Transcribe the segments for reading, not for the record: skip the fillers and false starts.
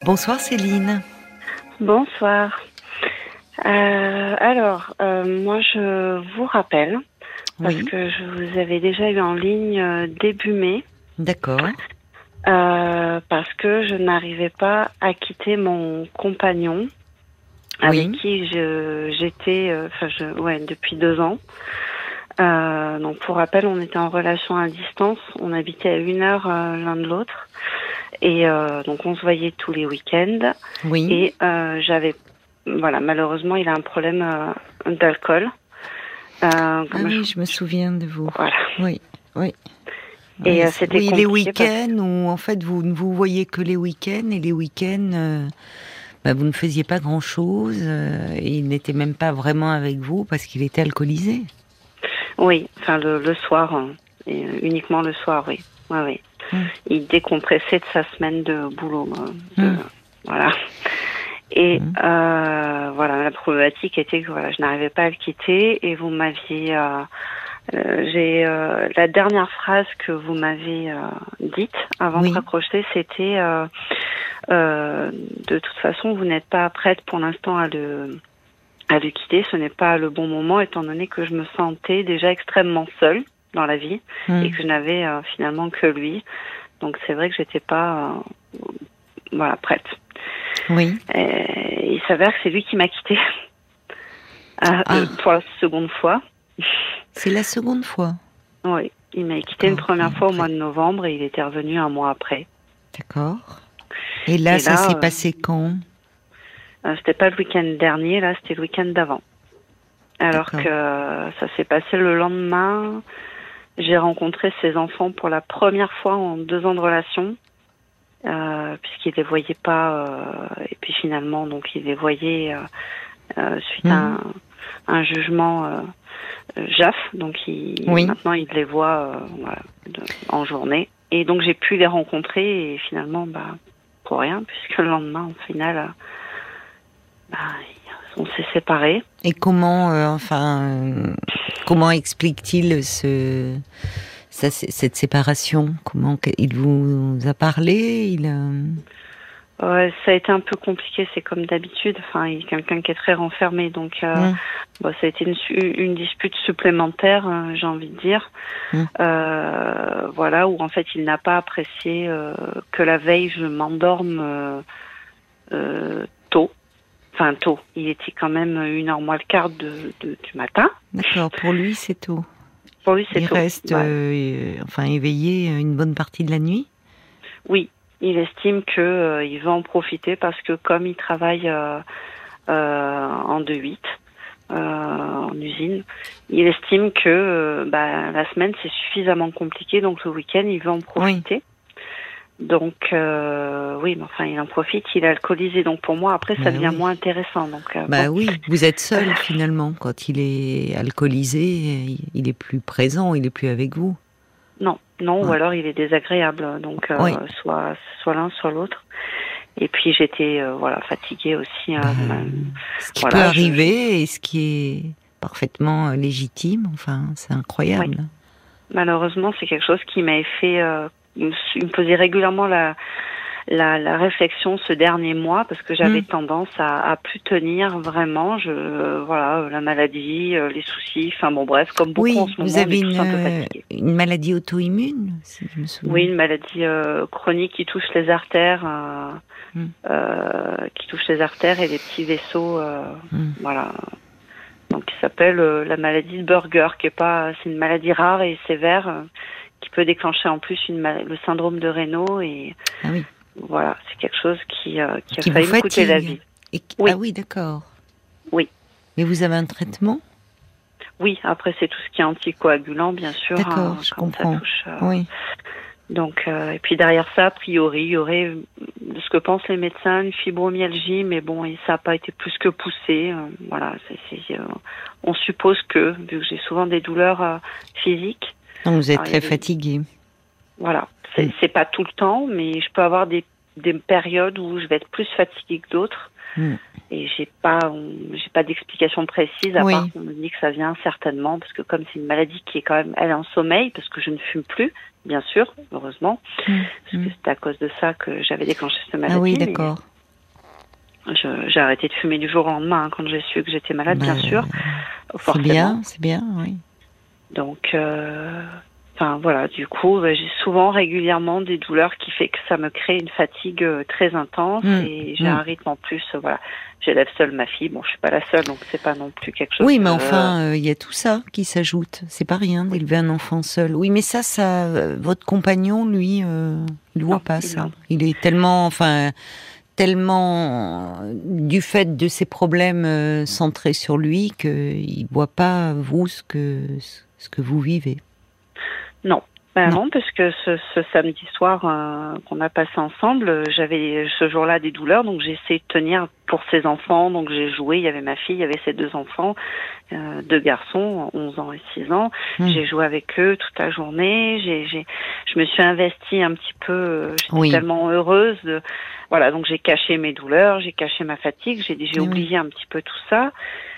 Bonsoir Céline. Bonsoir. Moi je vous rappelle, parce Oui, que je vous avais déjà eu en ligne début mai, d'accord. parce que je n'arrivais pas à quitter mon compagnon avec Oui, qui j'étais, depuis 2 ans. Donc pour rappel, on était en relation à distance, on habitait à 1 heure l'un de l'autre, et donc on se voyait tous les week-ends. oui. Et malheureusement, il a un problème d'alcool. Ah Comme oui, je me souviens de vous. voilà. Oui, oui. Et Oui, c'était oui, les compliqué parce week-ends où en fait vous ne vous voyez que les week-ends et les week-ends, vous ne faisiez pas grand-chose et il n'était même pas vraiment avec vous parce qu'il était alcoolisé. oui, enfin le soir, et uniquement le soir, oui. Ouais, oui. Hum, Il décompressait de sa semaine de boulot, hum, voilà. Et hum. la problématique était que je n'arrivais pas à le quitter. Et vous m'aviez, j'ai la dernière phrase que vous m'avez dite avant de Oui, raccrocher, c'était de toute façon, vous n'êtes pas prête pour l'instant à le quitter. Ce n'est pas le bon moment, étant donné que je me sentais déjà extrêmement seule dans la vie et hum, que je n'avais finalement que lui. Donc c'est vrai que j'étais pas prête. oui. Et il s'avère que c'est lui qui m'a quittée Ah, pour la seconde fois. c'est la seconde fois. Oui, il m'a quitté une D'accord. première Et fois au mois après, de novembre et il était revenu un mois après. d'accord. Et là, Et ça là, s'est passé quand? c'était pas le week-end dernier, là, c'était le week-end d'avant. Alors que D'accord. ça s'est passé le lendemain. J'ai rencontré ses enfants pour la première fois en 2 ans de relation, puisqu'il les voyait pas. Et puis finalement, donc il les voyait suite à Hum, un jugement JAF. Donc Oui. maintenant il les voit en journée. Et donc j'ai pu les rencontrer et finalement, pour rien, puisque le lendemain, au final, bah, on s'est séparés. Et comment, comment explique-t-il cette séparation? Comment il vous a parlé? Ouais, ça a été un peu compliqué, c'est comme d'habitude. Enfin, il est quelqu'un qui est très renfermé, donc Hum, ça a été une dispute supplémentaire, j'ai envie de dire. hum. Où en fait il n'a pas apprécié que la veille je m'endorme tôt. Enfin tôt. Il était quand même 1 heure moins le quart du matin. D'accord. Pour lui, c'est tôt. Pour lui c'est Il tôt. reste, Ouais. éveillé une bonne partie de la nuit. Oui, il estime que il va en profiter parce que comme il travaille en 2-8 en usine, il estime que la semaine c'est suffisamment compliqué, donc le week-end il veut en Oui. profiter. Donc oui, mais enfin il en profite, il est alcoolisé, donc pour moi après ça Bah devient oui. moins intéressant. Donc bon, Bah oui. Vous êtes seul finalement quand il est alcoolisé. Il est plus présent. Il est plus avec vous. non, non, ou Ouais. alors il est désagréable, donc Oui. soit l'un, soit l'autre. Et puis j'étais fatiguée aussi. Bah, ce qui peut Voilà, arriver et ce qui est parfaitement légitime. Enfin, c'est oui. incroyable. Malheureusement, c'est quelque chose qui m'a fait me poser régulièrement la réflexion ce dernier mois parce que j'avais Hmm. tendance à plus tenir vraiment. La maladie, les soucis, enfin bon bref, comme beaucoup en Oui, ce vous moment, on est avez tous un peu fatigués. une maladie auto-immune, si je me souviens. Oui, une maladie chronique qui touche les artères, Hmm. et les petits vaisseaux, Hmm. voilà. Donc, qui s'appelle la maladie de Burger, c'est une maladie rare et sévère qui peut déclencher en plus le syndrome de Raynaud et Ah oui, voilà, c'est quelque chose qui a qui vous failli me coûter la fatigue. vie. Ah Oui, oui, d'accord. oui, Mais vous avez un traitement? oui. Après, c'est tout ce qui est anticoagulant, bien sûr, D'accord, je quand ça comprends. touche. Oui. Donc, et puis derrière ça, a priori, il y aurait, de ce que pensent les médecins, une fibromyalgie, mais bon, et ça n'a pas été plus que poussé. Voilà, on suppose que, vu que j'ai souvent des douleurs physiques, Donc vous êtes alors il y très avait, fatigué. voilà, Hmm. c'est pas tout le temps, mais je peux avoir des périodes où je vais être plus fatiguée que d'autres. Hmm. Et j'ai pas d'explication précise à part Oui. qu'on me dit que ça vient certainement parce que comme c'est une maladie qui est quand même elle est en sommeil parce que je ne fume plus, bien sûr, heureusement, Hmm. parce Hmm. que c'était à cause de ça que j'avais déclenché cette Ah oui, maladie. Mais d'accord. j'ai arrêté de fumer du jour au lendemain quand j'ai su que j'étais malade, bien sûr, forcément. C'est bien, oui. Donc, voilà, du coup, j'ai souvent régulièrement des douleurs qui fait que ça me crée une fatigue très intense et j'ai un rythme en plus, voilà. J'élève seule ma fille. Bon, je suis pas la seule, donc c'est pas non plus quelque chose. Oui, mais enfin, il y a tout ça qui s'ajoute. C'est pas rien d'élever un enfant seul. Oui, mais ça, votre compagnon, lui, il voit pas ça. Il est tellement du fait de ses problèmes centrés sur lui qu'il voit pas vous ce que vous vivez. Non. Non, parce que ce samedi soir qu'on a passé ensemble, j'avais ce jour-là des douleurs, donc j'ai essayé de tenir pour ses enfants. Donc j'ai joué, il y avait ma fille, il y avait ses 2 enfants, 2 garçons, 11 ans et 6 ans. J'ai joué avec eux toute la journée. Je me suis investie un petit peu. J'étais tellement heureuse. Voilà, donc j'ai caché mes douleurs, j'ai caché ma fatigue. J'ai oublié un petit peu tout ça.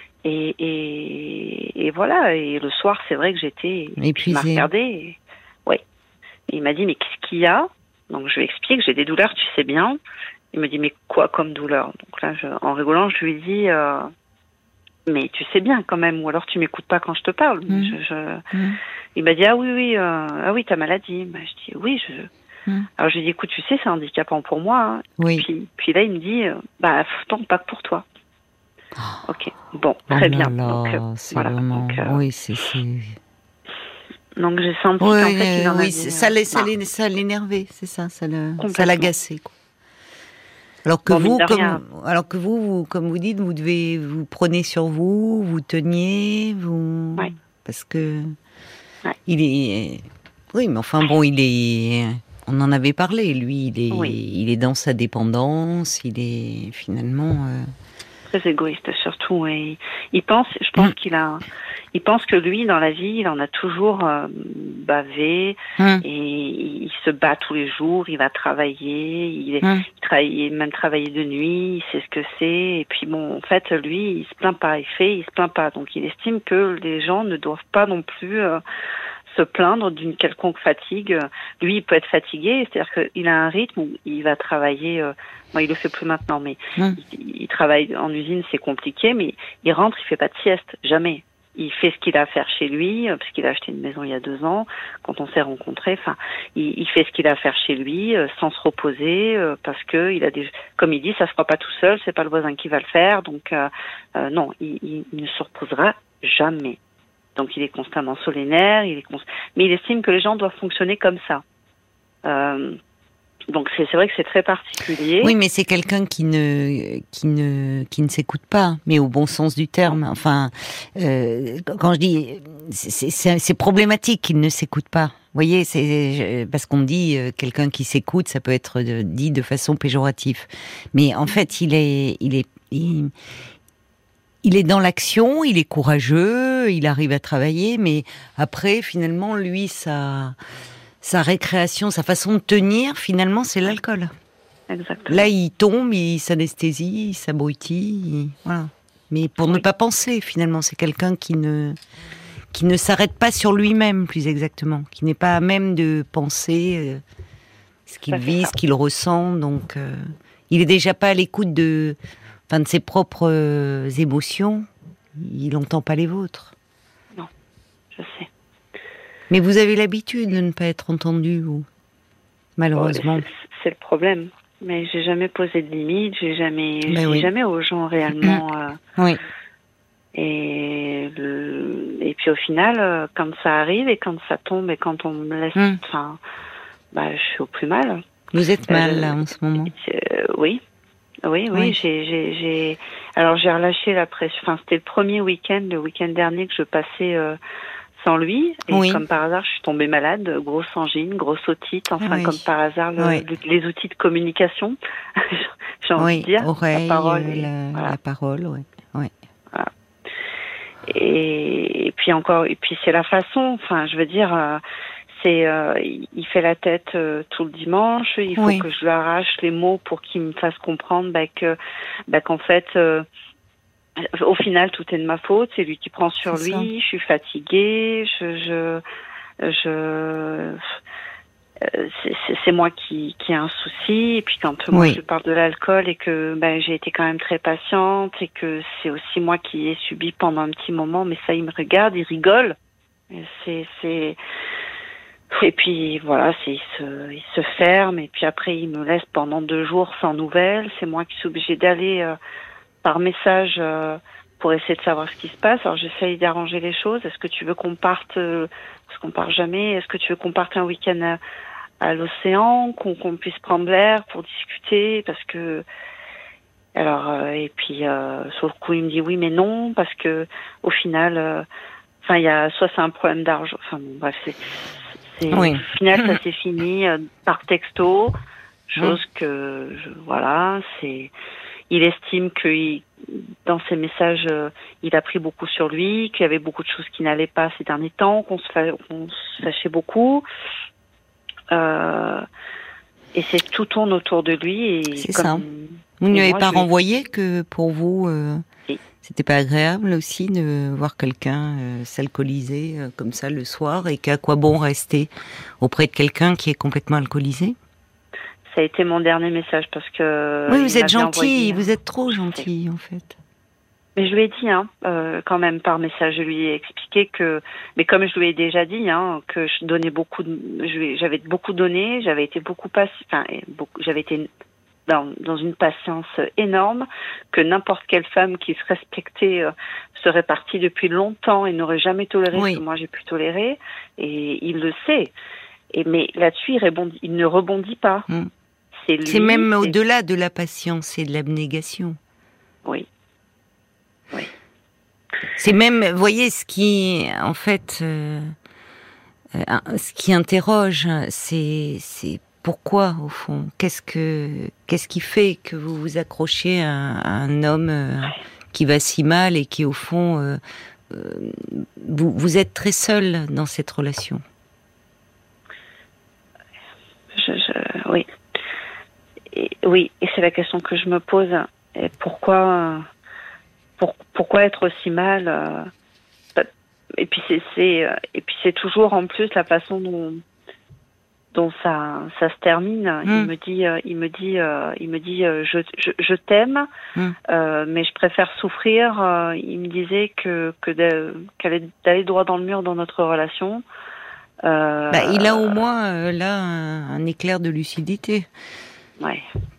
Et voilà. Et le soir, c'est vrai que j'étais. Et puis il m'a regardé. Il m'a dit, mais qu'est-ce qu'il y a? Donc je lui explique, j'ai des douleurs, tu sais bien. Il me dit, mais quoi comme douleur? Donc là, en rigolant, je lui dis, mais tu sais bien quand même, ou alors tu m'écoutes pas quand je te parle. Il m'a dit, ah oui, ta maladie. Bah, je dis, oui, Alors je lui dis, écoute, tu sais, c'est handicapant pour moi. Hein. Oui. Puis là, il me dit, pourtant pas pour toi. Ok, bon, très bien. Donc, voilà. Vraiment... oui, c'est... Donc j'ai senti qu'en fait il en avait... ça l'énervait, c'est ça, ça l'agaçait. Alors que vous, comme vous dites, vous prenez sur vous, vous teniez, parce que il est, oui, mais enfin bon, on en avait parlé, lui, il est dans sa dépendance, il est finalement très égoïste surtout, et je pense il pense que lui, dans la vie, il en a toujours bavé, et il se bat tous les jours, il va travailler, il même travailler de nuit, il sait ce que c'est, et puis bon, en fait, lui, il se plaint pas, il se plaint pas, donc il estime que les gens ne doivent pas non plus se plaindre d'une quelconque fatigue. Lui, il peut être fatigué, c'est-à-dire qu'il a un rythme où il va travailler, il le fait plus maintenant, mais il travaille en usine, c'est compliqué, mais il rentre, il fait pas de sieste, jamais. Il fait ce qu'il a à faire chez lui, parce qu'il a acheté une maison il y a 2 ans, quand on s'est rencontrés. Enfin, il fait ce qu'il a à faire chez lui, sans se reposer, parce que il a comme il dit, ça se fera pas tout seul, c'est pas le voisin qui va le faire, donc non, il ne se reposera jamais. Donc il est constamment solennel, mais il estime que les gens doivent fonctionner comme ça. Donc c'est vrai que c'est très particulier. Oui, mais c'est quelqu'un qui ne s'écoute pas, mais au bon sens du terme. Enfin, quand je dis, c'est problématique qu'il ne s'écoute pas. Vous voyez, c'est parce qu'on dit quelqu'un qui s'écoute, ça peut être dit de façon péjorative. Mais en fait, il est dans l'action, il est courageux, il arrive à travailler, mais après, finalement, lui, sa récréation, sa façon de tenir, finalement, c'est l'alcool. Exactement. Là, il tombe, il s'anesthésie, il s'abrutit, voilà. Mais pour ne pas penser, finalement, c'est quelqu'un qui ne s'arrête pas sur lui-même, plus exactement, qui n'est pas à même de penser ce qu'il vit, ce qu'il ressent. Donc, il est déjà pas à l'écoute de ses propres émotions. Il n'entend pas les vôtres. Non, je sais. Mais vous avez l'habitude de ne pas être entendu, vous, malheureusement. C'est le problème. Mais j'ai jamais posé de limite, j'ai jamais aux gens réellement. Oui. Et puis au final, quand ça arrive et quand ça tombe et quand on me laisse, je suis au plus mal. Vous êtes mal là en ce moment. Oui. Alors j'ai relâché la pression. Enfin, c'était le week-end dernier que je passais sans lui. Et comme par hasard, je suis tombée malade, grosse angine, grosse otite. Enfin, comme par hasard, les outils de communication, j'ai envie de dire. Oreille, la parole. La parole, oui. Voilà. Et puis c'est la façon. Enfin, je veux dire. Il fait la tête tout le dimanche. Il faut que je lui arrache les mots pour qu'il me fasse comprendre qu'en fait, au final, tout est de ma faute. C'est lui qui prend sur lui. Je suis fatiguée. c'est moi qui ai un souci. Et puis quand moi je parle de l'alcool et que j'ai été quand même très patiente et que c'est aussi moi qui ai subi pendant un petit moment, mais ça, il me regarde, il rigole. Et puis voilà, il se ferme et puis après il me laisse pendant 2 jours sans nouvelles. C'est moi qui suis obligée d'aller par message pour essayer de savoir ce qui se passe. Alors j'essaye d'arranger les choses. Est-ce que tu veux qu'on parte parce qu'on part jamais. Est-ce que tu veux qu'on parte un week-end à l'océan, qu'on puisse prendre l'air pour discuter, parce que alors et puis sur le coup il me dit oui mais non parce que au final il y a soit c'est un problème d'argent, enfin bon bref au final ça s'est fini par texto, chose que voilà, il estime que dans ses messages il a pris beaucoup sur lui, qu'il y avait beaucoup de choses qui n'allaient pas ces derniers temps, qu'on se fâchait beaucoup. Et tout tourne autour de lui. Et c'est ça. Vous ne lui avez pas renvoyé que pour vous, c'était pas agréable aussi de voir quelqu'un s'alcooliser comme ça le soir, et qu'à quoi bon rester auprès de quelqu'un qui est complètement alcoolisé? Ça a été mon dernier message parce que... Oui, vous êtes gentil, vous êtes trop gentil en fait. Mais je lui ai dit, quand même par message, je lui ai expliqué que, mais comme je lui ai déjà dit, que je donnais j'avais beaucoup donné, j'avais été j'avais été dans une patience énorme, que n'importe quelle femme qui se respectait serait partie depuis longtemps et n'aurait jamais toléré ce que moi j'ai pu tolérer, et il le sait. Mais là-dessus, il ne rebondit pas. C'est même au-delà de la patience, c'est de l'abnégation. Oui. Oui. C'est même, vous voyez, ce qui, en fait, ce qui interroge, c'est pourquoi, au fond, qu'est-ce qui fait que vous vous accrochez à un homme qui va si mal et qui, au fond, vous êtes très seul dans cette relation. Oui. Oui, et c'est la question que je me pose. Et pourquoi être aussi mal et puis c'est toujours en plus la façon dont ça se termine. Il me dit je t'aime, mais je préfère souffrir. Il me disait que d'aller droit dans le mur dans notre relation. Il a au moins là un éclair de lucidité. Ouais.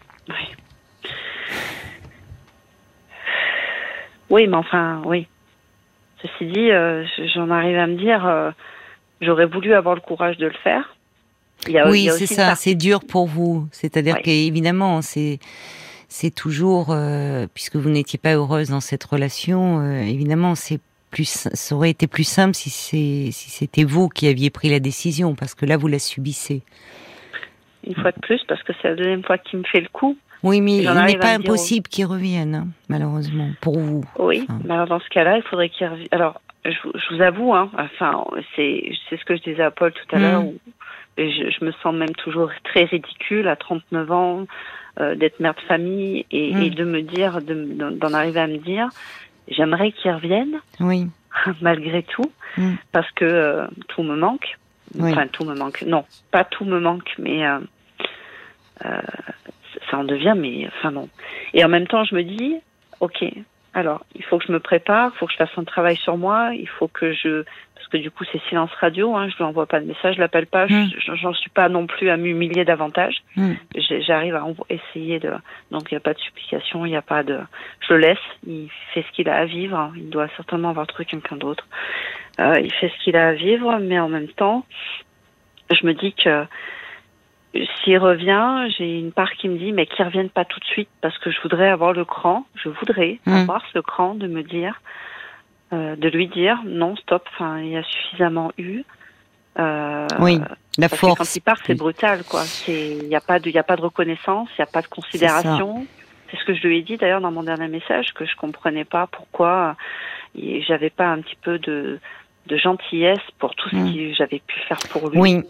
Oui, mais enfin, oui. Ceci dit, j'en arrive à me dire, j'aurais voulu avoir le courage de le faire. Oui, c'est ça, c'est dur pour vous. C'est-à-dire qu'évidemment, c'est toujours, puisque vous n'étiez pas heureuse dans cette relation, évidemment, ça aurait été plus simple si c'était vous qui aviez pris la décision, parce que là, vous la subissez. Une fois de plus, parce que c'est la deuxième fois qu'il me fait le coup. Oui, mais il n'est pas impossible qu'il revienne, malheureusement, pour vous. Oui, mais alors dans ce cas-là, il faudrait qu'il revienne. Alors, je vous avoue, c'est ce que je disais à Paul tout à l'heure, où je me sens même toujours très ridicule à 39 ans, d'être mère de famille et de me dire, d'en arriver à me dire, j'aimerais qu'il revienne, malgré tout, parce que tout me manque. Enfin, tout me manque. Non, pas tout me manque, mais ça en devient, mais enfin non. Et en même temps, je me dis, ok, alors il faut que je me prépare, il faut que je fasse un travail sur moi, il faut que parce que du coup c'est silence radio, je lui envoie pas de message, je l'appelle pas, j'en suis pas non plus à m'humilier davantage. J'arrive à essayer donc il y a pas de supplication, il y a pas de, je le laisse, il fait ce qu'il a à vivre, il doit certainement avoir trouvé quelqu'un d'autre. Il fait ce qu'il a à vivre, mais en même temps, je me dis que s'il revient, j'ai une part qui me dit, mais qu'il revienne pas tout de suite, parce que je voudrais avoir le cran, avoir ce cran de me dire, de lui dire, non, stop, il y a suffisamment eu. La parce force. Que quand il part, c'est brutal, quoi. Il y a pas de reconnaissance, il y a pas de considération. C'est ce que je lui ai dit d'ailleurs dans mon dernier message, que je comprenais pas pourquoi j'avais pas un petit peu de gentillesse pour tout ce que j'avais pu faire pour lui. Oui.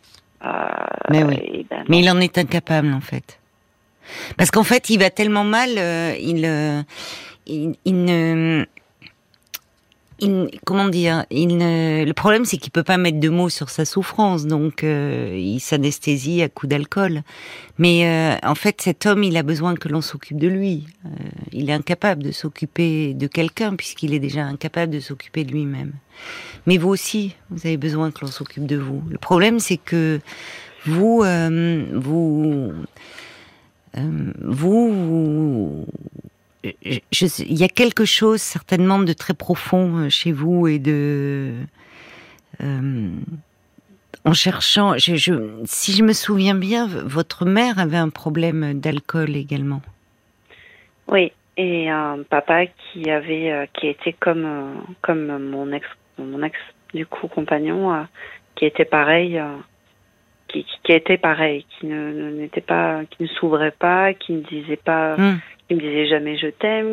Mais il en est incapable en fait. Parce qu'en fait, il va tellement mal, comment dire, le problème c'est qu'il peut pas mettre de mots sur sa souffrance, donc il s'anesthésie à coups d'alcool. Mais en fait, cet homme, il a besoin que l'on s'occupe de lui. Il est incapable de s'occuper de quelqu'un puisqu'il est déjà incapable de s'occuper de lui-même. Mais vous aussi, vous avez besoin que l'on s'occupe de vous. Le problème, c'est que vous, il y a quelque chose certainement de très profond chez vous et en cherchant, si je me souviens bien, votre mère avait un problème d'alcool également. Oui, et un papa qui était comme mon ex du coup compagnon, qui était pareil. Qui était pareil, qui ne s'ouvrait pas, qui ne disait pas, qui me disait jamais je t'aime,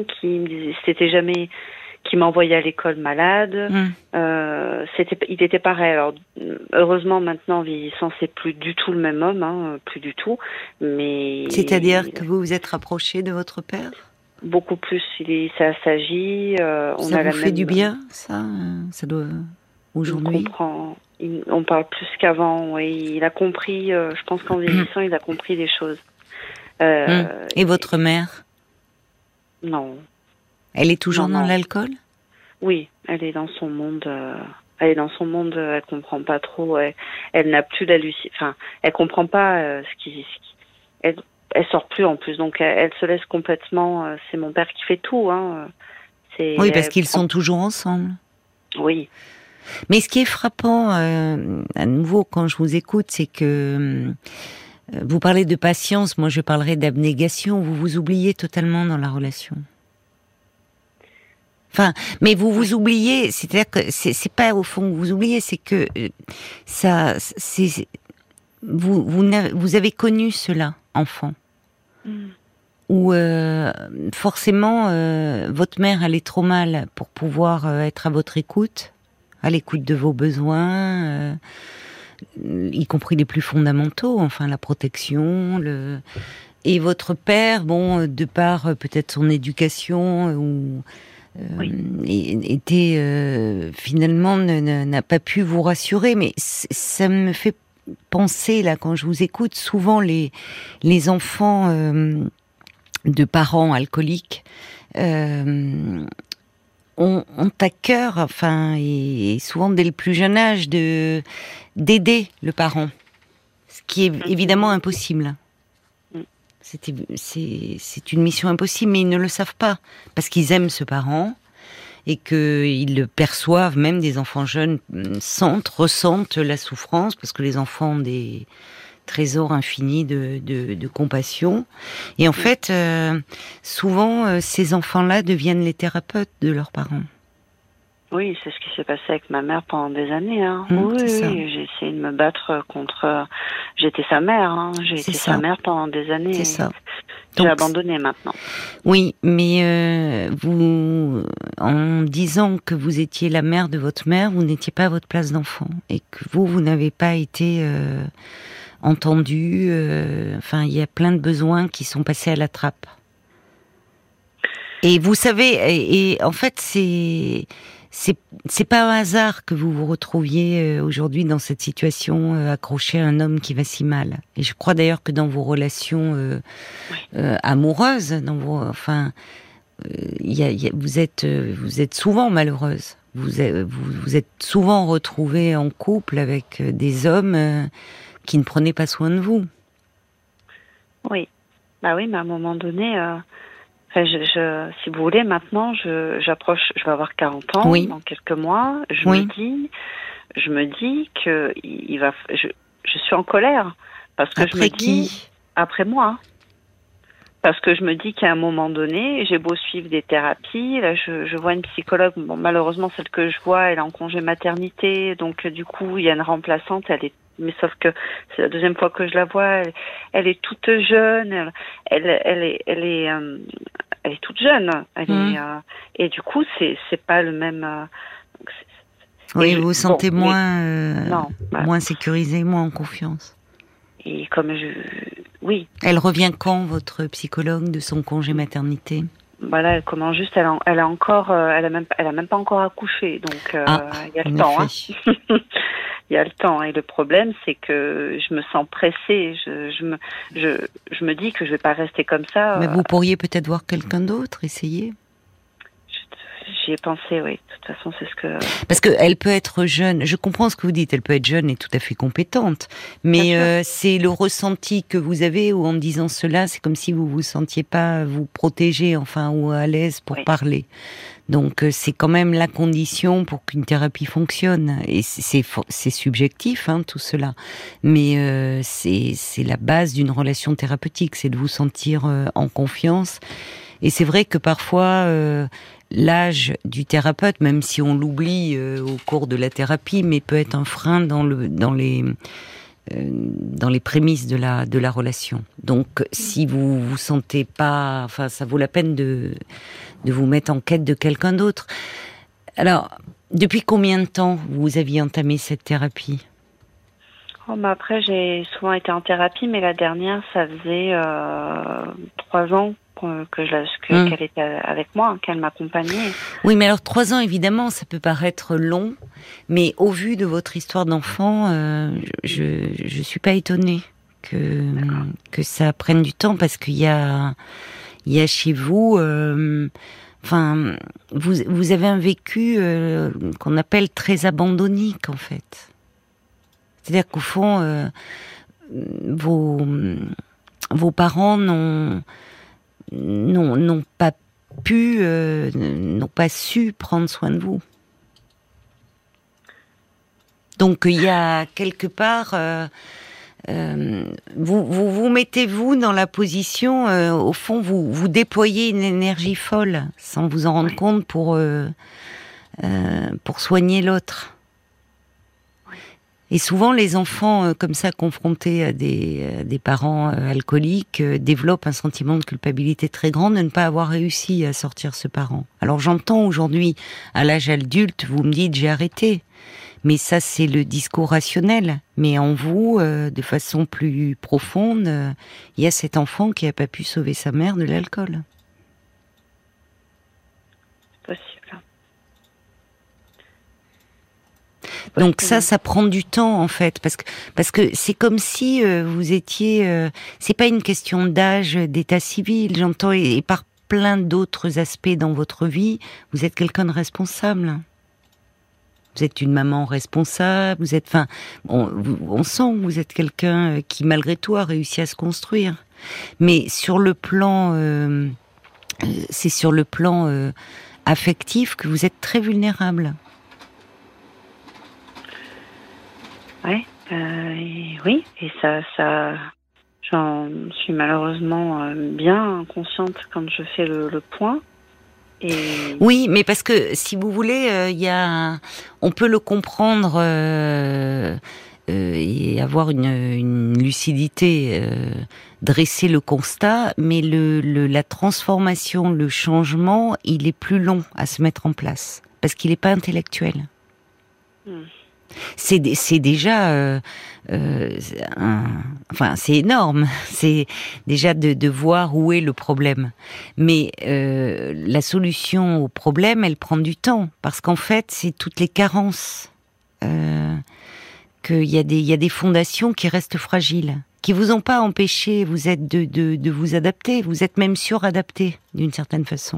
qui m'envoyait à l'école malade. Il était pareil. Alors heureusement maintenant vieillissant, c'est plus du tout le même homme, plus du tout. Mais c'est-à-dire que vous vous êtes rapproché de votre père? Beaucoup plus. Ça s'agit. Ça vous fait du bien, ça doit aujourd'hui. On comprend. On parle plus qu'avant, oui. Il a compris, je pense qu'en vieillissant, il a compris des choses. Et votre mère? Non. Elle est toujours dans l'alcool? Oui, elle est dans son monde. Elle comprend pas trop. Elle n'a plus la lucidité. Enfin, elle comprend pas elle sort plus en plus, donc elle se laisse complètement. C'est mon père qui fait tout, hein. Oui, parce qu'ils sont toujours ensemble. Oui. Mais ce qui est frappant, à nouveau, quand je vous écoute, c'est que vous parlez de patience, moi je parlerai d'abnégation. Vous vous oubliez totalement dans la relation. Enfin, mais vous oubliez, c'est-à-dire que c'est pas au fond que vous oubliez, c'est que vous avez connu cela, enfant. Où forcément votre mère allait trop mal pour pouvoir être à votre écoute, à l'écoute de vos besoins, y compris les plus fondamentaux, enfin la protection, et votre père, bon, de par peut-être son éducation était finalement n'a pas pu vous rassurer, mais ça me fait penser là quand je vous écoute, souvent les enfants de parents alcooliques ont à cœur, enfin, et souvent dès le plus jeune âge, d'aider le parent, ce qui est évidemment impossible. C'est une mission impossible, mais ils ne le savent pas, parce qu'ils aiment ce parent, et qu'ils le perçoivent, même des enfants jeunes ressentent la souffrance, parce que les enfants ont des trésors infinis de compassion. Et en fait, souvent, ces enfants-là deviennent les thérapeutes de leurs parents. Oui, c'est ce qui s'est passé avec ma mère pendant des années. Oui, j'ai essayé de me battre contre... J'étais sa mère, j'ai été sa mère pendant des années. C'est ça. J'ai abandonné maintenant. Oui, mais vous, en disant que vous étiez la mère de votre mère, vous n'étiez pas à votre place d'enfant. Et que vous n'avez pas été entendu. Enfin, il y a plein de besoins qui sont passés à la trappe. Et vous savez, et en fait, c'est pas un hasard que vous vous retrouviez aujourd'hui dans cette situation accrochée à un homme qui va si mal. Et je crois d'ailleurs que dans vos relations amoureuses, vous êtes souvent malheureuse. Vous êtes souvent retrouvée en couple avec des hommes qui ne prenaient pas soin de vous. Oui, bah oui, mais à un moment donné. Si vous voulez, maintenant, j'approche, je vais avoir 40 ans dans quelques mois. Je me dis que je suis en colère parce que après après moi. Parce que je me dis qu'à un moment donné, j'ai beau suivre des thérapies, là, je vois une psychologue. Bon, malheureusement, celle que je vois, elle est en congé maternité, donc du coup, il y a une remplaçante. Mais sauf que c'est la deuxième fois que je la vois. Elle est toute jeune. Elle est toute jeune. Et du coup, c'est pas le même. Oui, vous vous sentez moins sécurisée, moins en confiance. Et comme oui. Elle revient quand, votre psychologue, de son congé maternité? voilà, elle commence juste, elle a encore, elle a même pas encore accouché, donc il y a le temps. Hein. Il y a le temps. Et le problème, c'est que je me sens pressée. Je me dis que je vais pas rester comme ça. Mais vous pourriez peut-être voir quelqu'un d'autre, essayer. J'y ai pensé, oui. De toute façon, c'est ce que... Parce qu'elle peut être jeune, je comprends ce que vous dites, elle peut être jeune et tout à fait compétente, mais c'est le ressenti que vous avez, où en disant cela, c'est comme si vous vous sentiez pas vous protéger, enfin, ou à l'aise pour parler. Donc c'est quand même la condition pour qu'une thérapie fonctionne. Et c'est subjectif, hein, tout cela. Mais c'est la base d'une relation thérapeutique, c'est de vous sentir en confiance. Et c'est vrai que parfois... l'âge du thérapeute, même si on l'oublie au cours de la thérapie, mais peut être un frein dans les prémices de la relation. Donc, si vous vous sentez pas, enfin, ça vaut la peine de vous mettre en quête de quelqu'un d'autre. Alors, depuis combien de temps vous aviez entamé cette thérapie ? Après, j'ai souvent été en thérapie, mais la dernière, ça faisait 3 ans. Qu'elle était avec moi, qu'elle m'accompagnait. Oui, mais alors 3 ans, évidemment, ça peut paraître long, mais au vu de votre histoire d'enfant, je suis pas étonnée que ça prenne du temps, parce qu'il y a chez vous, enfin, vous avez un vécu qu'on appelle très abandonnique, en fait. C'est-à-dire qu'au fond, vos parents n'ont pas pu, n'ont pas su prendre soin de vous. Donc il y a quelque part, vous mettez-vous dans la position, au fond, vous déployez une énergie folle sans vous en rendre compte pour soigner l'autre. Et souvent, les enfants comme ça, confrontés à des parents alcooliques, développent un sentiment de culpabilité très grand de ne pas avoir réussi à sortir ce parent. Alors j'entends aujourd'hui, à l'âge adulte, vous me dites j'ai arrêté. Mais ça, c'est le discours rationnel. Mais en vous, de façon plus profonde, il y a cet enfant qui n'a pas pu sauver sa mère de l'alcool. C'est possible. Donc ça prend du temps, en fait, parce que c'est comme si vous étiez, c'est pas une question d'âge, d'état civil, j'entends, et par plein d'autres aspects dans votre vie, vous êtes quelqu'un de responsable. Vous êtes une maman responsable, vous êtes, enfin, on sent que vous êtes quelqu'un qui, malgré tout, a réussi à se construire. Mais sur le plan, c'est sur le plan affectif que vous êtes très vulnérable. Oui, et ça, j'en suis malheureusement bien consciente quand je fais le point. Et... Oui, mais parce que si vous voulez, on peut le comprendre et avoir une lucidité, dresser le constat, mais la transformation, le changement, il est plus long à se mettre en place parce qu'il n'est pas intellectuel. C'est déjà, enfin, c'est énorme. C'est déjà de voir où est le problème. Mais la solution au problème, elle prend du temps, parce qu'en fait, c'est toutes les carences. Qu'il y a des fondations qui restent fragiles, qui vous ont pas empêché, vous êtes de vous adapter. Vous êtes même suradapté d'une certaine façon.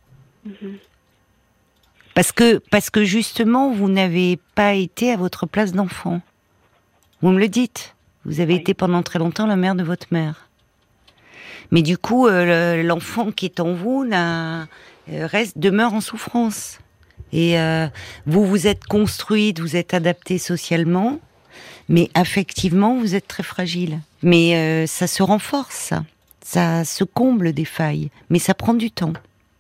Parce que justement, vous n'avez pas été à votre place d'enfant. Vous me le dites. Vous avez été pendant très longtemps la mère de votre mère. Mais du coup, l'enfant qui est en vous demeure en souffrance. Et vous vous êtes construite, vous êtes adaptée socialement, mais affectivement, vous êtes très fragile. Mais ça se renforce, ça se comble des failles, mais ça prend du temps.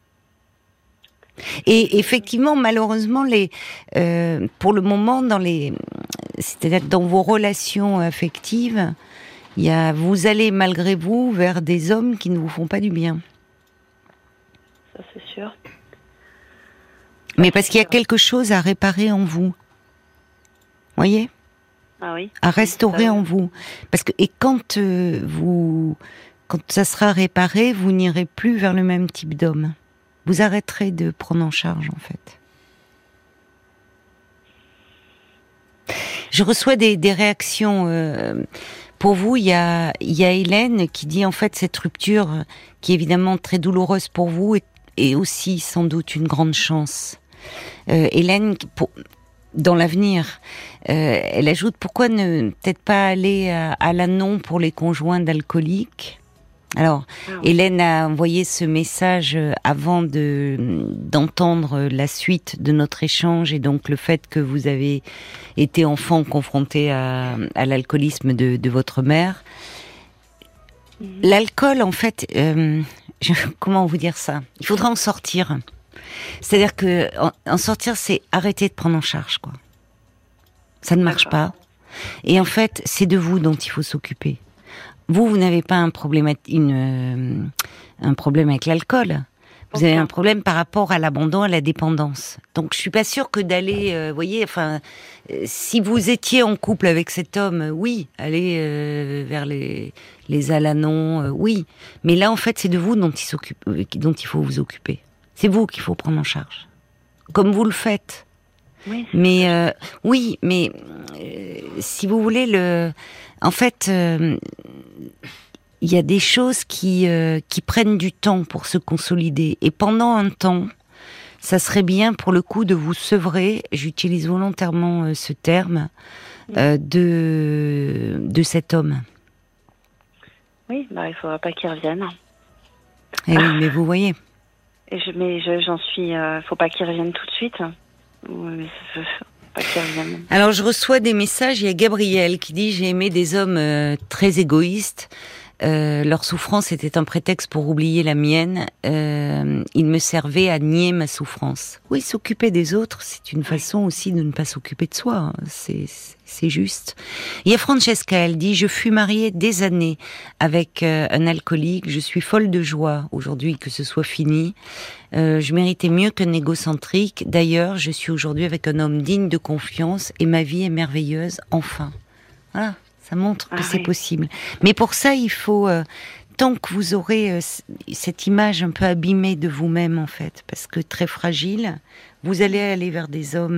Et effectivement, malheureusement, pour le moment, c'est-à-dire dans vos relations affectives, vous allez malgré vous vers des hommes qui ne vous font pas du bien. Ça, c'est sûr. Mais parce qu'il y a quelque chose à réparer en vous. Voyez ? Ah oui. À restaurer en vous. Parce que, et quand ça sera réparé, vous n'irez plus vers le même type d'homme. Vous arrêterez de prendre en charge, en fait. Je reçois des réactions. Pour vous, il y a Hélène qui dit en fait cette rupture, qui est évidemment très douloureuse pour vous, est aussi sans doute une grande chance. Hélène, dans l'avenir, elle ajoute pourquoi ne peut-être pas aller à l'ANON pour les conjoints d'alcooliques. Alors, Hélène a envoyé ce message avant d'entendre la suite de notre échange et donc le fait que vous avez été enfant confronté à l'alcoolisme de votre mère. L'alcool, en fait, comment vous dire ça ? Il faudra en sortir. C'est-à-dire que en sortir, c'est arrêter de prendre en charge, quoi. Ça ne marche pas. Et en fait, c'est de vous dont il faut s'occuper. Vous n'avez pas un problème avec l'alcool. Vous avez un problème par rapport à l'abandon, à la dépendance. Donc, je suis pas sûre que d'aller, voyez, enfin, si vous étiez en couple avec cet homme, oui, aller vers les Alanons, oui. Mais là, en fait, c'est de vous dont il faut vous occuper. C'est vous qu'il faut prendre en charge, comme vous le faites. Oui. Mais oui, mais si vous voulez en fait. Il y a des choses qui prennent du temps pour se consolider. Et pendant un temps, ça serait bien pour le coup de vous sevrer, j'utilise volontairement ce terme, de cet homme. Oui, il faudra pas qu'il revienne. Eh oui, mais vous voyez. J'en suis... faut pas qu'il revienne tout de suite. Mais pas qu'il revienne. Alors je reçois des messages, il y a Gabriel qui dit « J'ai aimé des hommes très égoïstes. Leur souffrance était un prétexte pour oublier la mienne. Ils me servaient à nier ma souffrance. » Oui, s'occuper des autres, c'est une façon aussi de ne pas s'occuper de soi. C'est juste. Il y a Francesca, elle dit « Je fus mariée des années avec un alcoolique. Je suis folle de joie aujourd'hui que ce soit fini. Je méritais mieux qu'un égocentrique. D'ailleurs, je suis aujourd'hui avec un homme digne de confiance et ma vie est merveilleuse, enfin. » Voilà. Ça montre que c'est possible. Mais pour ça, il faut, tant que vous aurez cette image un peu abîmée de vous-même, en fait, parce que très fragile, vous allez aller vers des hommes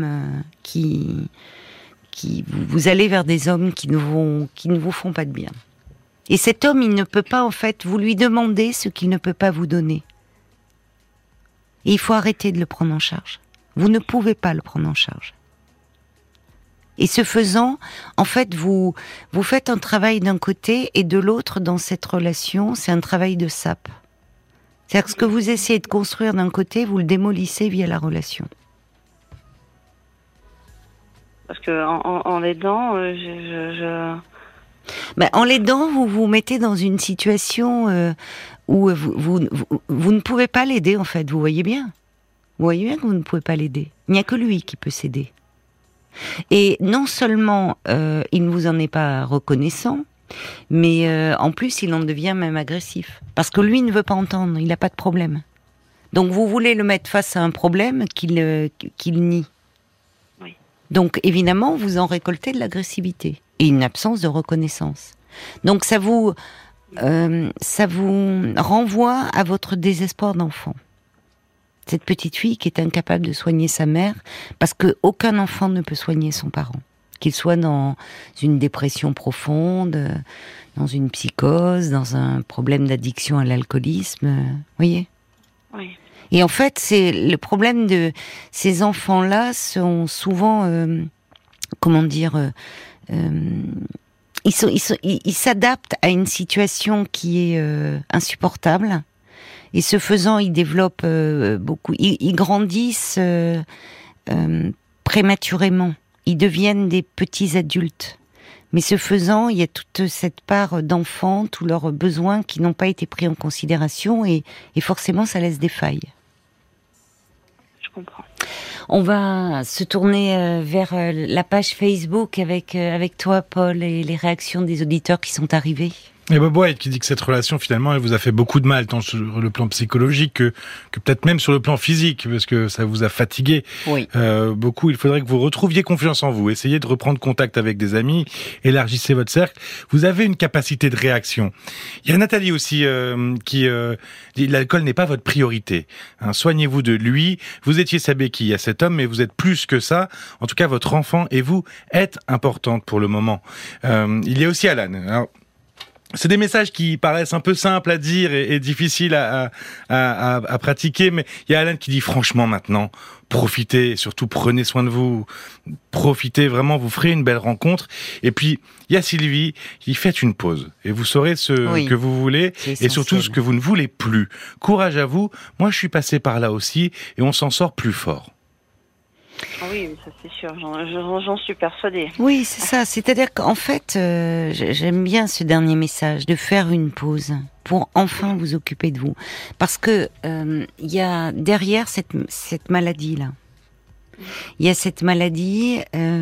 vous allez vers des hommes qui ne vous font pas de bien. Et cet homme, il ne peut pas, en fait, vous lui demander ce qu'il ne peut pas vous donner. Et il faut arrêter de le prendre en charge. Vous ne pouvez pas le prendre en charge. Et ce faisant, en fait, vous faites un travail d'un côté et de l'autre dans cette relation, c'est un travail de sape. C'est-à-dire que ce que vous essayez de construire d'un côté, vous le démolissez via la relation. Parce que en l'aidant, En l'aidant, vous vous mettez dans une situation où vous ne pouvez pas l'aider, en fait. Vous voyez bien. Vous voyez bien que vous ne pouvez pas l'aider. Il n'y a que lui qui peut s'aider. Et non seulement il ne vous en est pas reconnaissant, mais en plus il en devient même agressif. Parce que lui ne veut pas entendre, il n'a pas de problème. Donc vous voulez le mettre face à un problème qu'il nie. Oui. Donc évidemment vous en récoltez de l'agressivité et une absence de reconnaissance. Donc ça vous renvoie à votre désespoir d'enfant. Cette petite fille qui est incapable de soigner sa mère, parce que aucun enfant ne peut soigner son parent. Qu'il soit dans une dépression profonde, dans une psychose, dans un problème d'addiction à l'alcoolisme, voyez ? Oui. Et en fait, c'est le problème de ces enfants-là sont souvent, ils s'adaptent à une situation qui est insupportable. Et ce faisant, ils développent beaucoup. Ils grandissent prématurément. Ils deviennent des petits adultes. Mais ce faisant, il y a toute cette part d'enfants, tous leurs besoins qui n'ont pas été pris en considération et forcément, ça laisse des failles. Je comprends. On va se tourner vers la page Facebook avec toi, Paul, et les réactions des auditeurs qui sont arrivés. Et Bob White qui dit que cette relation, finalement, elle vous a fait beaucoup de mal, tant sur le plan psychologique que peut-être même sur le plan physique, parce que ça vous a fatigué beaucoup. Il faudrait que vous retrouviez confiance en vous, essayez de reprendre contact avec des amis, élargissez votre cercle. Vous avez une capacité de réaction. Il y a Nathalie aussi qui dit l'alcool n'est pas votre priorité. Soignez-vous de lui. Vous étiez sa béquille à cet homme, mais vous êtes plus que ça. En tout cas, votre enfant et vous êtes importantes pour le moment. Il y a aussi Alan. Alors, c'est des messages qui paraissent un peu simples à dire et difficiles à pratiquer, mais il y a Alan qui dit franchement maintenant, profitez, surtout prenez soin de vous, profitez vraiment, vous ferez une belle rencontre. Et puis, il y a Sylvie qui fait une pause et vous saurez ce que vous voulez et surtout ce que vous ne voulez plus. Courage à vous, moi je suis passé par là aussi et on s'en sort plus fort. Oui, ça c'est sûr, j'en suis persuadée. Oui, c'est ça. C'est-à-dire qu'en fait, j'aime bien ce dernier message, de faire une pause pour enfin vous occuper de vous. Parce que il y a derrière cette maladie-là, il y a cette maladie,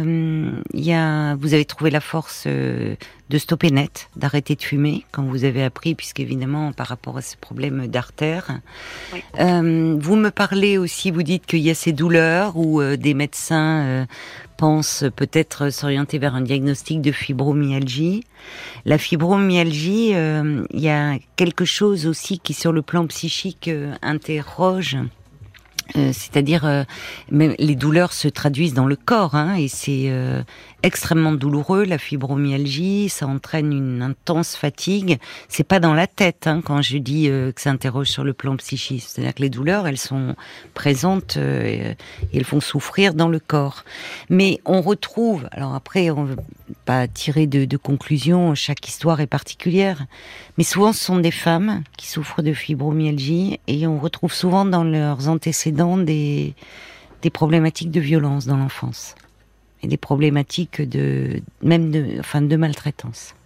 vous avez trouvé la force de stopper net, d'arrêter de fumer quand vous avez appris, puisqu'évidemment par rapport à ce problème d'artère. Oui. Vous me parlez aussi, vous dites qu'il y a ces douleurs où des médecins pensent peut-être s'orienter vers un diagnostic de fibromyalgie. La fibromyalgie, il y a quelque chose aussi qui sur le plan psychique interroge. C'est-à-dire, même les douleurs se traduisent dans le corps, et c'est extrêmement douloureux. La fibromyalgie, ça entraîne une intense fatigue. C'est pas dans la tête, quand je dis que ça interroge sur le plan psychique. C'est-à-dire que les douleurs, elles sont présentes et elles font souffrir dans le corps. Mais on retrouve, alors après, on veut pas tirer de conclusion. Chaque histoire est particulière, mais souvent ce sont des femmes qui souffrent de fibromyalgie et on retrouve souvent dans leurs antécédents des problématiques de violence dans l'enfance et des problématiques de maltraitance.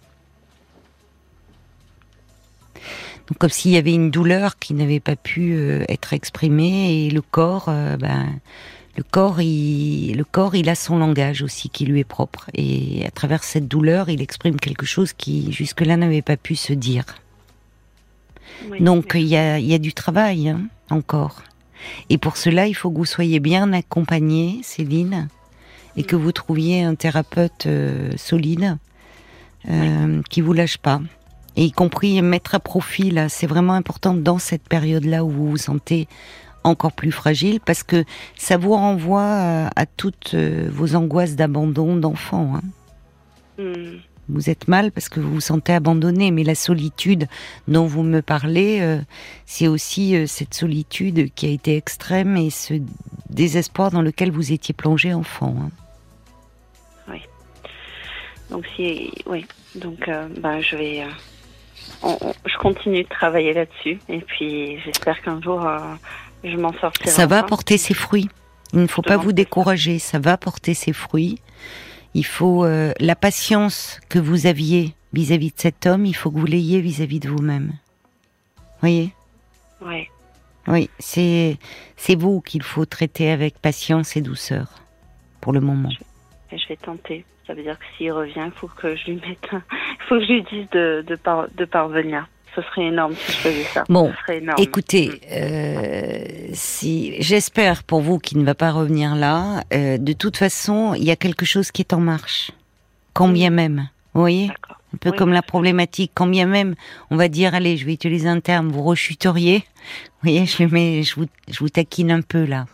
Donc comme s'il y avait une douleur qui n'avait pas pu être exprimée et le corps il a son langage aussi qui lui est propre et à travers cette douleur il exprime quelque chose qui jusque-là n'avait pas pu se dire. Oui, donc il y a du travail encore. Et pour cela, il faut que vous soyez bien accompagnée, Céline, et que vous trouviez un thérapeute solide, qui vous lâche pas. Et y compris mettre à profit, là, c'est vraiment important dans cette période-là où vous vous sentez encore plus fragile, parce que ça vous renvoie à toutes vos angoisses d'abandon d'enfant. Vous êtes mal parce que vous vous sentez abandonné, mais la solitude dont vous me parlez, c'est aussi cette solitude qui a été extrême et ce désespoir dans lequel vous étiez plongé enfant. Oui. Donc je vais, je continue de travailler là-dessus et puis j'espère qu'un jour je m'en sortirai. Ça va porter ses fruits. Il ne faut pas vous décourager. Ça va porter ses fruits. Il faut la patience que vous aviez vis-à-vis de cet homme, il faut que vous l'ayez vis-à-vis de vous-même. Voyez ? Oui. Oui, c'est vous qu'il faut traiter avec patience et douceur, pour le moment. Je vais tenter. Ça veut dire que s'il revient, il faut que je lui faut que je lui dise de parvenir. Ce serait énorme si je faisais ça. Bon, ce serait énorme. Écoutez, j'espère pour vous qu'il ne va pas revenir là. De toute façon, il y a quelque chose qui est en marche. Quand bien même, vous voyez ? D'accord. Un peu comme la problématique. Quand bien même, on va dire, allez, je vais utiliser un terme, vous rechuteriez. Vous voyez, je vous taquine un peu là.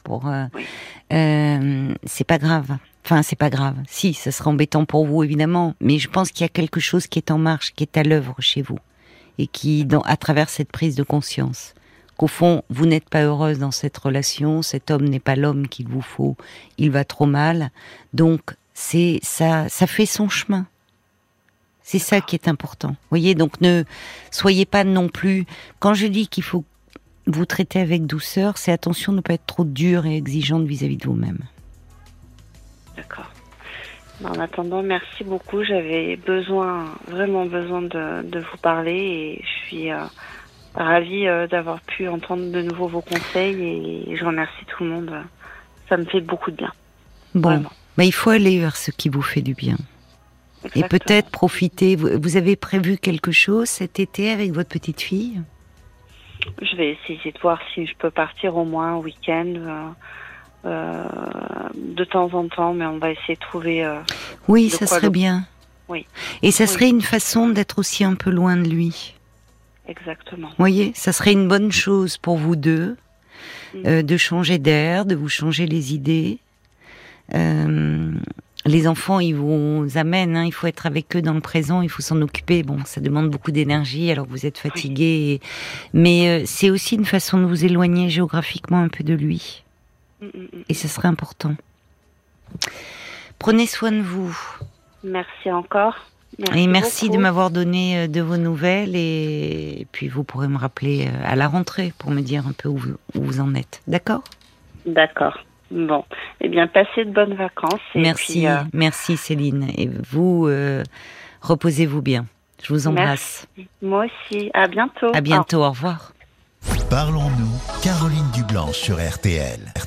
C'est pas grave. Enfin, c'est pas grave. Si, ça sera embêtant pour vous, évidemment. Mais je pense qu'il y a quelque chose qui est en marche, qui est à l'œuvre chez vous. Et qui, à travers cette prise de conscience, qu'au fond, vous n'êtes pas heureuse dans cette relation, cet homme n'est pas l'homme qu'il vous faut, il va trop mal. Donc, ça fait son chemin. C'est ça qui est important. Vous voyez, donc ne soyez pas non plus... Quand je dis qu'il faut vous traiter avec douceur, c'est attention de ne pas être trop dur et exigeante vis-à-vis de vous-même. D'accord. En attendant, merci beaucoup. J'avais vraiment besoin de vous parler et je suis ravie d'avoir pu entendre de nouveau vos conseils et je remercie tout le monde. Ça me fait beaucoup de bien. Bon, vraiment. Il faut aller vers ce qui vous fait du bien. Et peut-être profiter. Vous avez prévu quelque chose cet été avec votre petite fille? Je vais essayer de voir si je peux partir au moins un week-end de temps en temps, mais on va essayer de trouver... oui, ça serait bien. Oui. Et ça serait une façon d'être aussi un peu loin de lui. Exactement. Vous voyez, ça serait une bonne chose pour vous deux, de changer d'air, de vous changer les idées. Les enfants, ils vous amènent, il faut être avec eux dans le présent, il faut s'en occuper. Bon, ça demande beaucoup d'énergie, alors vous êtes fatigué. Mais c'est aussi une façon de vous éloigner géographiquement un peu de lui. Et ce serait important. Prenez soin de vous. Merci encore. Merci beaucoup de m'avoir donné de vos nouvelles. Et puis vous pourrez me rappeler à la rentrée pour me dire un peu où vous en êtes. D'accord ? D'accord. Bon, eh bien, passez de bonnes vacances. Merci, merci Céline. Et vous, reposez-vous bien. Je vous embrasse. Merci. Moi aussi. À bientôt. À bientôt. Au revoir. Parlons-nous, Caroline Dublanche sur RTL.